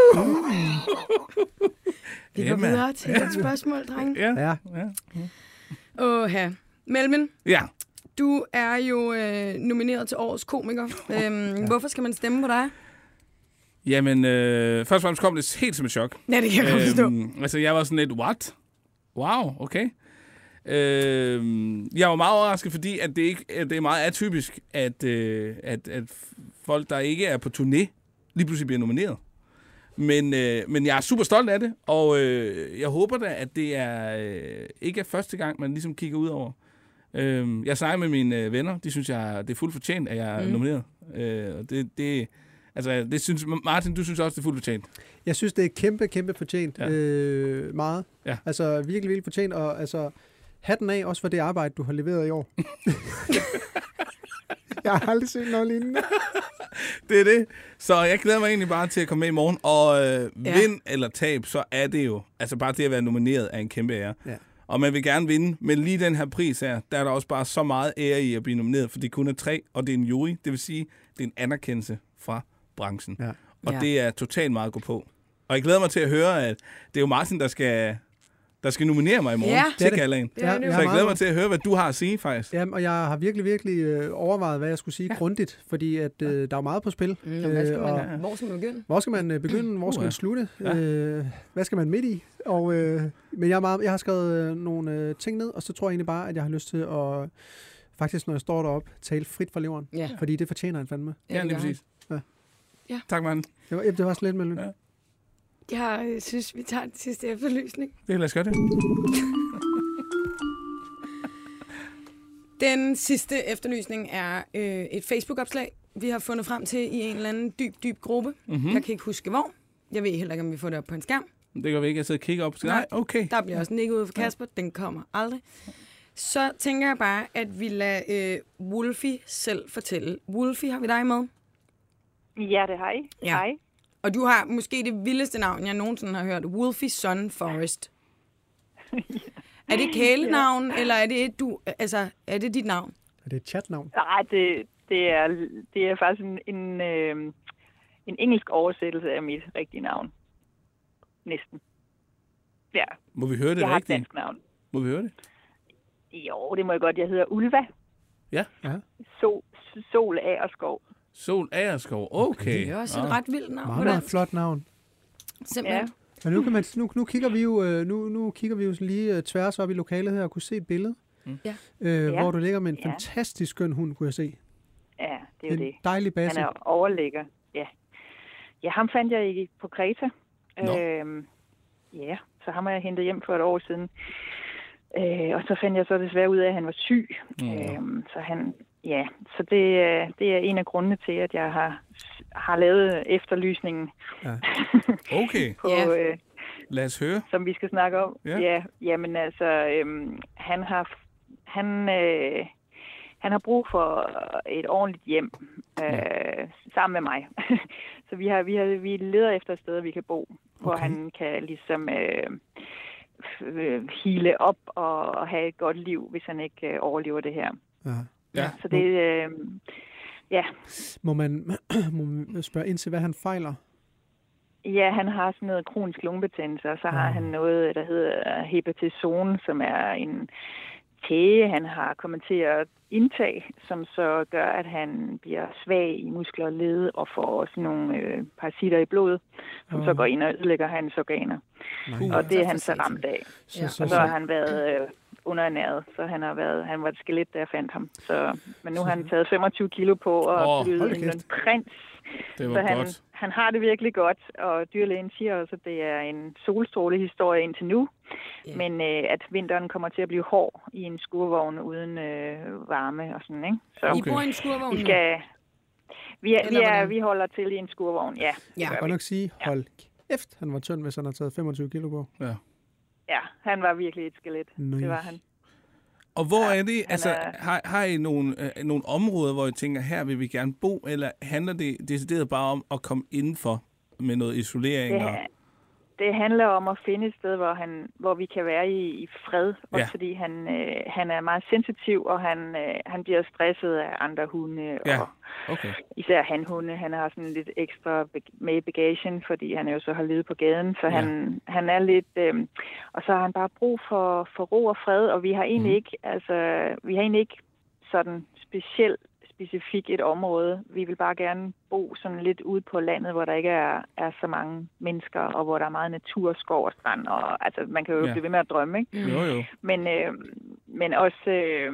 Vi går videre til et spørgsmål, dreng. Ja. Ja. Ja. Åh, ja. Melvin, Ja. du er jo øh, nomineret til årets komiker. Øhm, ja. Hvorfor skal man stemme på dig? Jamen, øh, først og fremmest kom det helt som et chok. Ja, det kan jeg godt forstå. Øhm, altså, jeg var sådan lidt, what? Wow, okay. Øhm, jeg var meget overrasket, fordi at det, ikke, at det er meget atypisk, at, øh, at, at folk, der ikke er på turné, lige pludselig bliver nomineret. Men, øh, men jeg er super stolt af det, og øh, jeg håber da, at det er øh, ikke er første gang, man ligesom kigger ud over. Øh, jeg snakker med mine øh, venner, de synes, jeg, det er fuldt fortjent, at jeg er mm. nomineret. Øh, og det, det, altså, det synes, Martin, du synes også, det er fuldt fortjent? Jeg synes, det er kæmpe, kæmpe fortjent. Ja. Øh, meget. Ja. Altså, virkelig, virkelig fortjent. Og altså, hatten af også for det arbejde, du har leveret i år. Jeg har aldrig set noget lignende. Det er det. Så jeg glæder mig egentlig bare til at komme med i morgen. Og øh, Ja. vind eller tab, så er det jo... Altså bare det at være nomineret er en kæmpe ære. Ja. Og man vil gerne vinde, men lige den her pris her, der er der også bare så meget ære i at blive nomineret, for det kun er tre, og det er en jury. Det vil sige, det er en anerkendelse fra branchen. Ja. Og Ja. det er totalt meget at gå på. Og jeg glæder mig til at høre, at det er jo Martin, der skal, der skal nominere mig i morgen Ja. til Det er det. Gallaen. Det er det jo. Ja, Så jeg glæder meget- mig til at høre, hvad du har at sige, faktisk. Jamen, og jeg har virkelig, virkelig øh, overvejet, hvad jeg skulle sige Ja. ja. grundigt, fordi at, øh, der er jo meget på spil. Mm, hvad skal Øh, man, og hvor skal man begynde? hvor skal man øh, begynde? Hvor skal Uh, ja. man slutte? Ja. Øh, hvad skal man midt i? Og, øh, men jeg, er meget, jeg har skrevet øh, nogle øh, ting ned, og så tror jeg egentlig bare, at jeg har lyst til at, faktisk når jeg står deroppe, tale frit fra leveren. Ja, Fordi det fortjener en fandme. Ja, det lige gør præcis. Ja. Ja. Tak, Martin. Det var, det var også lidt mellem. Ja. Ja. Jeg øh, synes, vi tager den sidste efterlysning. Det lad os gøre det. Den sidste efterlysning er øh, et Facebook-opslag, vi har fundet frem til i en eller anden dyb, dyb gruppe. Mm-hmm. Jeg kan ikke huske hvor. Jeg ved heller ikke, om vi får det op på en skærm. Det gør vi ikke. Jeg sidder og kigger op. Nej, Nej. okay. Der bliver også nikket ud for Kasper. Den kommer aldrig. Så tænker jeg bare, at vi lader øh, Wolfie selv fortælle. Wolfie, har vi dig med? Ja, det har I. Ja. Hej. Og du har måske det vildeste navn, jeg nogensinde har hørt. Wolfie Sun Forest. Er det kælenavn, ja. Eller er det et, du, altså, er det dit navn? Er det et chatnavn? Nej, det, det, er, det er faktisk en, en, øh, en engelsk oversættelse af mit rigtige navn. Næsten. Ja, Må vi høre det jeg har et rigtigt? dansk navn. Må vi høre det? Jo, det må jeg godt. Jeg hedder Ulva. Ja. Ja. Sol, Sol Agerskov. Sol Agerskov. Okay. Det er også et Nå. ret vildt navn. Meget, Hvordan? meget flot navn. Simpelthen. Ja. Men nu, kan man, nu, nu kigger vi jo øh, nu, nu kigger vi jo lige øh, tværs op i lokalet her og kunne se et billede, Mm. Ja. øh, Ja. hvor du ligger med en Ja. fantastisk skøn hund, kunne jeg se. Ja, det er jo En det. dejlig Han basse. er overlægger. Ja. Ja, ham fandt jeg ikke på Kreta. Nå. Øhm, ja, så ham har jeg hentet hjem for et år siden. Øh, og så fandt jeg så desværre ud af, at han var syg. Mm. Øhm, så han, ja, så det, er- det er en af grundene til, at jeg har, har lavet efterlysningen Okay. på, Ja. øh, Lad os høre. som vi skal snakke om. Ja. Ja, jamen altså, øhm, han har han øh, han har brug for et ordentligt hjem øh, Ja. sammen med mig. Så vi har vi har vi leder efter et sted, vi kan bo, hvor Okay. han kan ligesom øh, f- øh, hele op og, og have et godt liv, hvis han ikke øh, overlever det her. Ja. Ja. Så det øh, ja. Må man, må man spørge ind til, hvad han fejler? Ja, han har sådan noget kronisk lungebetændelse, og så har Ah. han noget, der hedder hepatison, som er en tæge, han har kommet til at indtage, som så gør, at han bliver svag i muskler og led og får også nogle øh, parasitter i blodet, som Ah. så går ind og ødelægger hans organer. Nej. Og det er Så han for så satan. ramt af. Så, Ja. så, Og så, så har han været øh, underernæret, så han har været, han var et skelet, da jeg fandt ham. Så, men nu har han taget femogtyve kilo på og Åh, oh, blevet hold en kæft. prins. Det Så var han, godt. han har det virkelig godt, og dyrlægen siger også, at det er en solstrålehistorie indtil nu, Ja. men øh, at vinteren kommer til at blive hård i en skurvogn uden øh, varme og sådan, ikke? Så I Okay. bor i en skurvogn vi nu? skal... Vi, er, vi, Eller er, hvordan? vi holder til i en skurvogn, ja. Ja. det jeg gør kan vi. nok sige, hold kæft, han var tynd, hvis han har taget femogtyve kilo på. Ja. Ja, han var virkelig et skelet. Nøj. Det var han. Og hvor Ja, er det, han altså, er- har, har I nogle, øh, nogle områder, hvor I tænker, her vil vi gerne bo, eller handler det decideret bare om at komme indenfor med noget isolering? Og... Det, det handler om at finde et sted, hvor, han, hvor vi kan være i, i fred. Også Ja. fordi han, øh, han er meget sensitiv, og han, øh, han bliver stresset af andre hunde. Ja. Og Okay. især hanhunde. Han har sådan lidt ekstra bag- med i bagagen, fordi han jo så har levet på gaden. Så Ja. han, han er lidt... Øh, og så har han bare brug for, for ro og fred, og vi har egentlig Mhm. ikke... Altså, vi har egentlig ikke sådan specielt specifikt et område. Vi vil bare gerne bo sådan lidt ude på landet, hvor der ikke er, er så mange mennesker, og hvor der er meget natur, skov og strand. Og, altså, man kan jo Ja. blive ved med at drømme, ikke? Jo, jo. Men, øh, men også... Øh,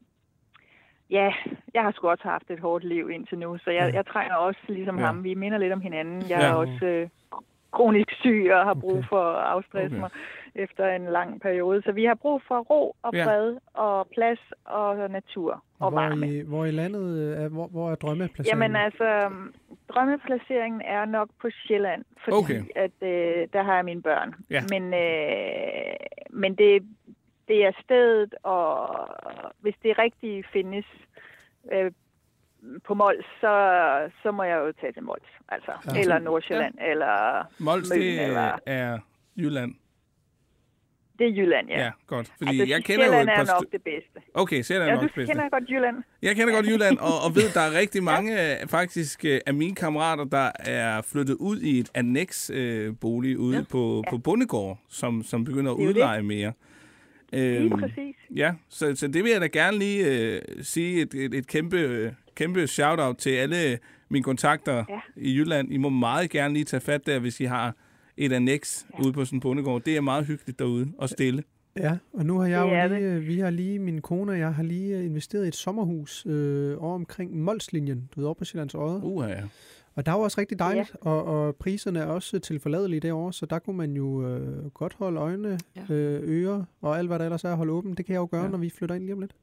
ja, jeg har sgu også haft et hårdt liv indtil nu, så jeg, Ja. jeg trænger også ligesom Ja. ham. Vi minder lidt om hinanden. Jeg Ja. er også øh, kronisk syg og har brug Okay. for at afstresse Okay. mig efter en lang periode. Så vi har brug for ro og Ja. fred og plads og natur og hvor, varme. i, hvor i landet øh, er, hvor, hvor er drømmeplaceringen? Jamen altså, drømmeplaceringen er nok på Sjælland, fordi Okay. at, øh, der har jeg mine børn. Ja. Men, øh, men det, det er stedet, og hvis det rigtige findes øh, på Mols, så, så må jeg jo tage til Mols. Altså. Ja. Eller Nordsjælland, ja. eller Mols, Møn, det eller... er Jylland. Det er Jylland, ja. Ja, godt. Fordi Altså, jeg kender jo Sjælland et par er nok st- det bedste. Okay, Sjælland er Ja, nok du bedste. kender godt Jylland. Jeg kender godt Jylland, og, og ved, der er rigtig mange øh, faktisk øh, af mine kammerater, der er flyttet ud i et annex-bolig øh, ude Ja. på, på Bondegård, som, som begynder at Det er jo det. udleje mere. Lige Øhm, præcis. Ja, så, så det vil jeg da gerne lige øh, sige et, et, et kæmpe, øh, kæmpe shout-out til alle mine kontakter Ja. i Jylland. I må meget gerne lige tage fat der, hvis I har et annex ja. ude på sådan en bondegård. Det er meget hyggeligt derude og stille. Ja, og nu har jeg Det er jo lige, øh, vi har lige, min kone og jeg har lige øh, investeret i et sommerhus øh, over omkring Molslinjen, du ved, over på Sjællands Odde. Uha, ja. Og der var også rigtig dejligt, ja. og, og priserne er også tilforladelige derovre, så der kunne man jo øh, godt holde øjne, Ja. øh, ører og alt, hvad der ellers er, holde åbent. Det kan jeg jo gøre, Ja. når vi flytter ind lige om lidt.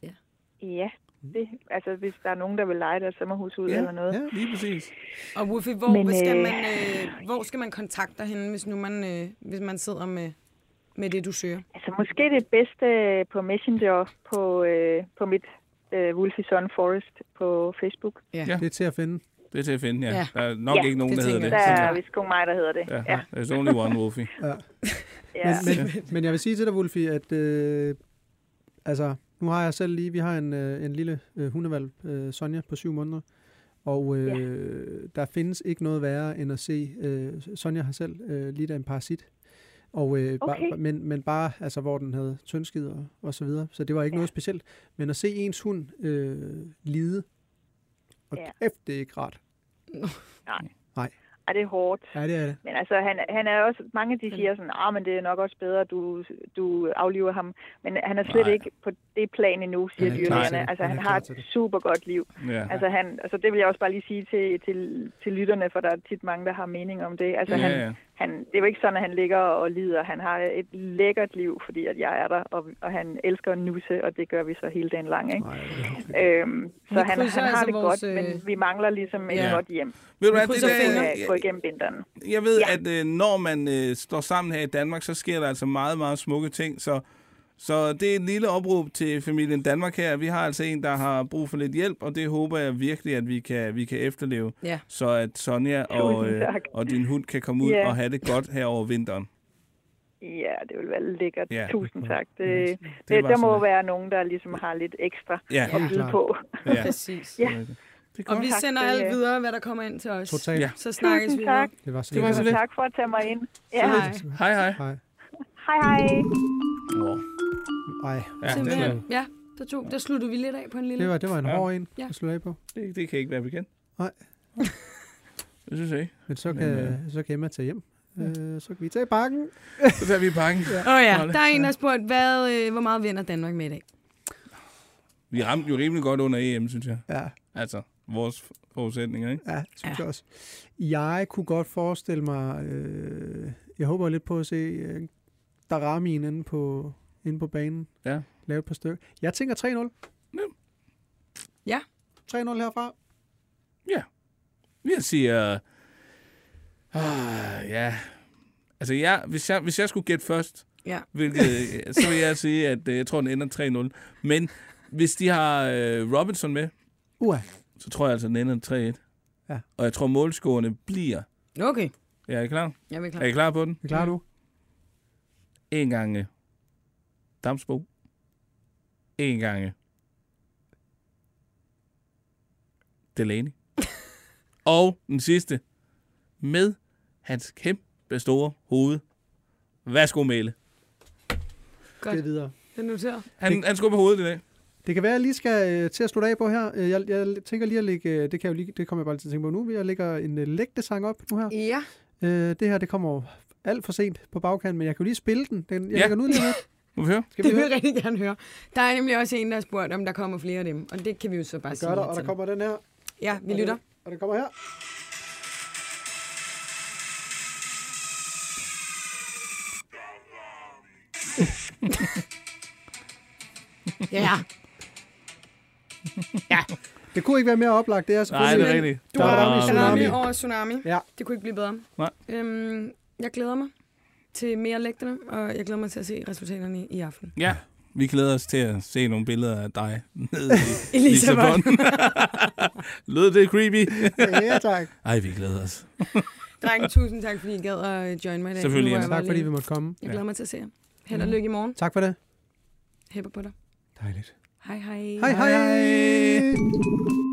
Ja, det, altså hvis der er nogen, der vil lege deres sommerhus ud Ja, eller noget. Ja. Lige præcis. Og Wolfie, hvor, Men, Men, skal øh, man, øh, hvor skal man kontakte dig henne, hvis nu man, øh, hvis man sidder med, med det, du søger? Altså måske det bedste på Messenger på, øh, på mit øh, Wolfie Sun Forest på Facebook. Ja. Ja. Det er til at finde. Det er til at finde, ja. Ja. Der er nok Ja, ikke nogen, det der hedder tænker det. Der jeg. er vist kun mig, der hedder det. Ja, Ja. there's only one, Wolfie. Ja. Ja. Men, men, men jeg vil sige til dig, Wolfie, at øh, altså, nu har jeg selv lige, vi har en, øh, en lille øh, hundevalp, øh, Sonja, på syv måneder. Og øh, der findes ikke noget værre, end at se, øh, Sonja har selv øh, lidt af en parasit. Og, øh, Okay. ba, men, men bare, altså, hvor den havde tyndskid og, og så videre. Så det var ikke ja. noget specielt. Men at se ens hund øh, lide, og Ja. kæft, det er ikke rart. Ej, det er hårdt. Ja, det er det. Men altså, han, han er også, mange de siger sådan, ah, men det er nok også bedre, du, du afliver ham. Men han er slet Nej. ikke på det plan endnu, siger Han er klar til dyrlægerne. det. Altså, Han han, er har klar et til det. super godt liv. Ja. Altså, han, altså, det vil jeg også bare lige sige til, til, til lytterne, for der er tit mange, der har mening om det. Altså, Ja, han, ja. han, det er jo ikke sådan, at han ligger og lider. Han har et lækkert liv, fordi at jeg er der, og, og han elsker at nusse, og det gør vi så hele dagen lang, ikke? Nej, det er Øhm, så Vi han, han krydser har altså det vores, godt, men øh, vi mangler ligesom et Ja. godt hjem. Ved du hvad, det krydser fingre. der, At gå igennem vinteren. jeg ved, Ja. at øh, når man øh, står sammen her i Danmark, så sker der altså meget, meget smukke ting. Så, så det er et lille opråb til familien Danmark her. Vi har altså en, der har brug for lidt hjælp, og det håber jeg virkelig, at vi kan, vi kan efterleve. Ja. Så at Sonja og, Tusind øh, tak. og din hund kan komme ud Ja. og have det godt her over vinteren. Ja, det vil være lækkert. Ja. Tusind tak. Det, Det det, var der må sådan. være nogen, der ligesom har lidt ekstra Ja, at byde klart. på. ja. Præcis. Ja. Det er Og godt. vi Tak sender skal I alt have. videre, hvad der kommer ind til os. Totalt. Ja. Så snakkes Tusind vi tak. videre. Det var så Det var lidt. så lidt. Tak for at tage mig ind. Ja. Hej. Hej, hej. Hej. Hej, hej. Wow. Ej, Ja, det, Simpelthen. Ja, der, tog, der sluttede vi lidt af på en lille... det var, det var en Ja. hård en, Ja. at slutte af på. det, det kan ikke være bekendt. Nej. Det synes jeg ikke. Men så Men, kan, øh, så kan Emma tage hjem. Øh, så kan vi tage bakken. Så tager vi pakken. Åh oh ja, Hold der er en, der har spurgt, hvad, øh, hvor meget vinder Danmark med i dag? Vi ramte jo rimelig godt under E M, synes jeg. Ja, Altså, vores forudsætninger, ikke? ja, synes Ja. jeg også. Jeg kunne godt forestille mig, øh, jeg håber lidt på at se øh, Daramien inde på, inde på banen. Ja. Lave et par stykker. Jeg tænker tre nul. Ja. Ja. tre nul herfra. Jeg siger... Ah, ja... Altså, jeg, hvis, jeg, hvis jeg skulle gætte først, Ja. hvilket, så vil jeg sige, at øh, jeg tror, den ender tre nul. Men hvis de har øh, Robinson med, Uha. så tror jeg altså, den ender tre et. Ja. Og jeg tror, målscorerne bliver Okay. Ja, er I klar? Jeg er klar. Er I klar på den? Er klar nu? En gange Damsbo. En gange Delaney. Og den sidste. Med hans kæmpe store hoved. Værsgo, Mæle. Godt. Det er videre. Det noterer. Han, han skubber hovedet i dag. Det kan være, at jeg lige skal øh, til at slutte af på her. Øh, Jeg, jeg tænker lige at lægge, øh, det, kan jeg jo lige, det kommer jeg bare til at tænke på nu. Jeg lægger en øh, lægtesang op nu her. Ja. Øh, det her, det kommer jo alt for sent på bagkanten, men jeg kan jo lige spille den. den jeg Ja. lægger den ud lige lidt. Må vi høre? Skal Det vi vil høre? jeg rigtig gerne høre. Der er nemlig også en, der har spurgt, om der kommer flere af dem. Og det kan vi jo så bare Det sige. gør der, lidt og der til. kommer den her. Ja, vi og lytter. Den, og den kommer her. Ja. Ja. Det kunne ikke være mere oplagt. Det er Nej, det er selvfølgelig... rigtigt. Du Der er har ramt i tsunami tsunami. over tsunami. Ja. Det kunne ikke blive bedre. Nej. Øhm, jeg glæder mig til mere lægterne, og jeg glæder mig til at se resultaterne i, i aften. Ja, vi glæder os til at se nogle billeder af dig nede i I Lissabon. Lød det creepy? Ja, tak. Ej, vi glæder os. Drenge, tusind tak, fordi I gad at join mig i dag. Selvfølgelig, Nu var Jens. jeg bare Tak fordi lige- vi måtte komme. Jeg glæder mig til at se jer. Held og lykke i morgen. Tak for det. Hæpper på dig. Dejligt. Hej hej. Hej hej. hej.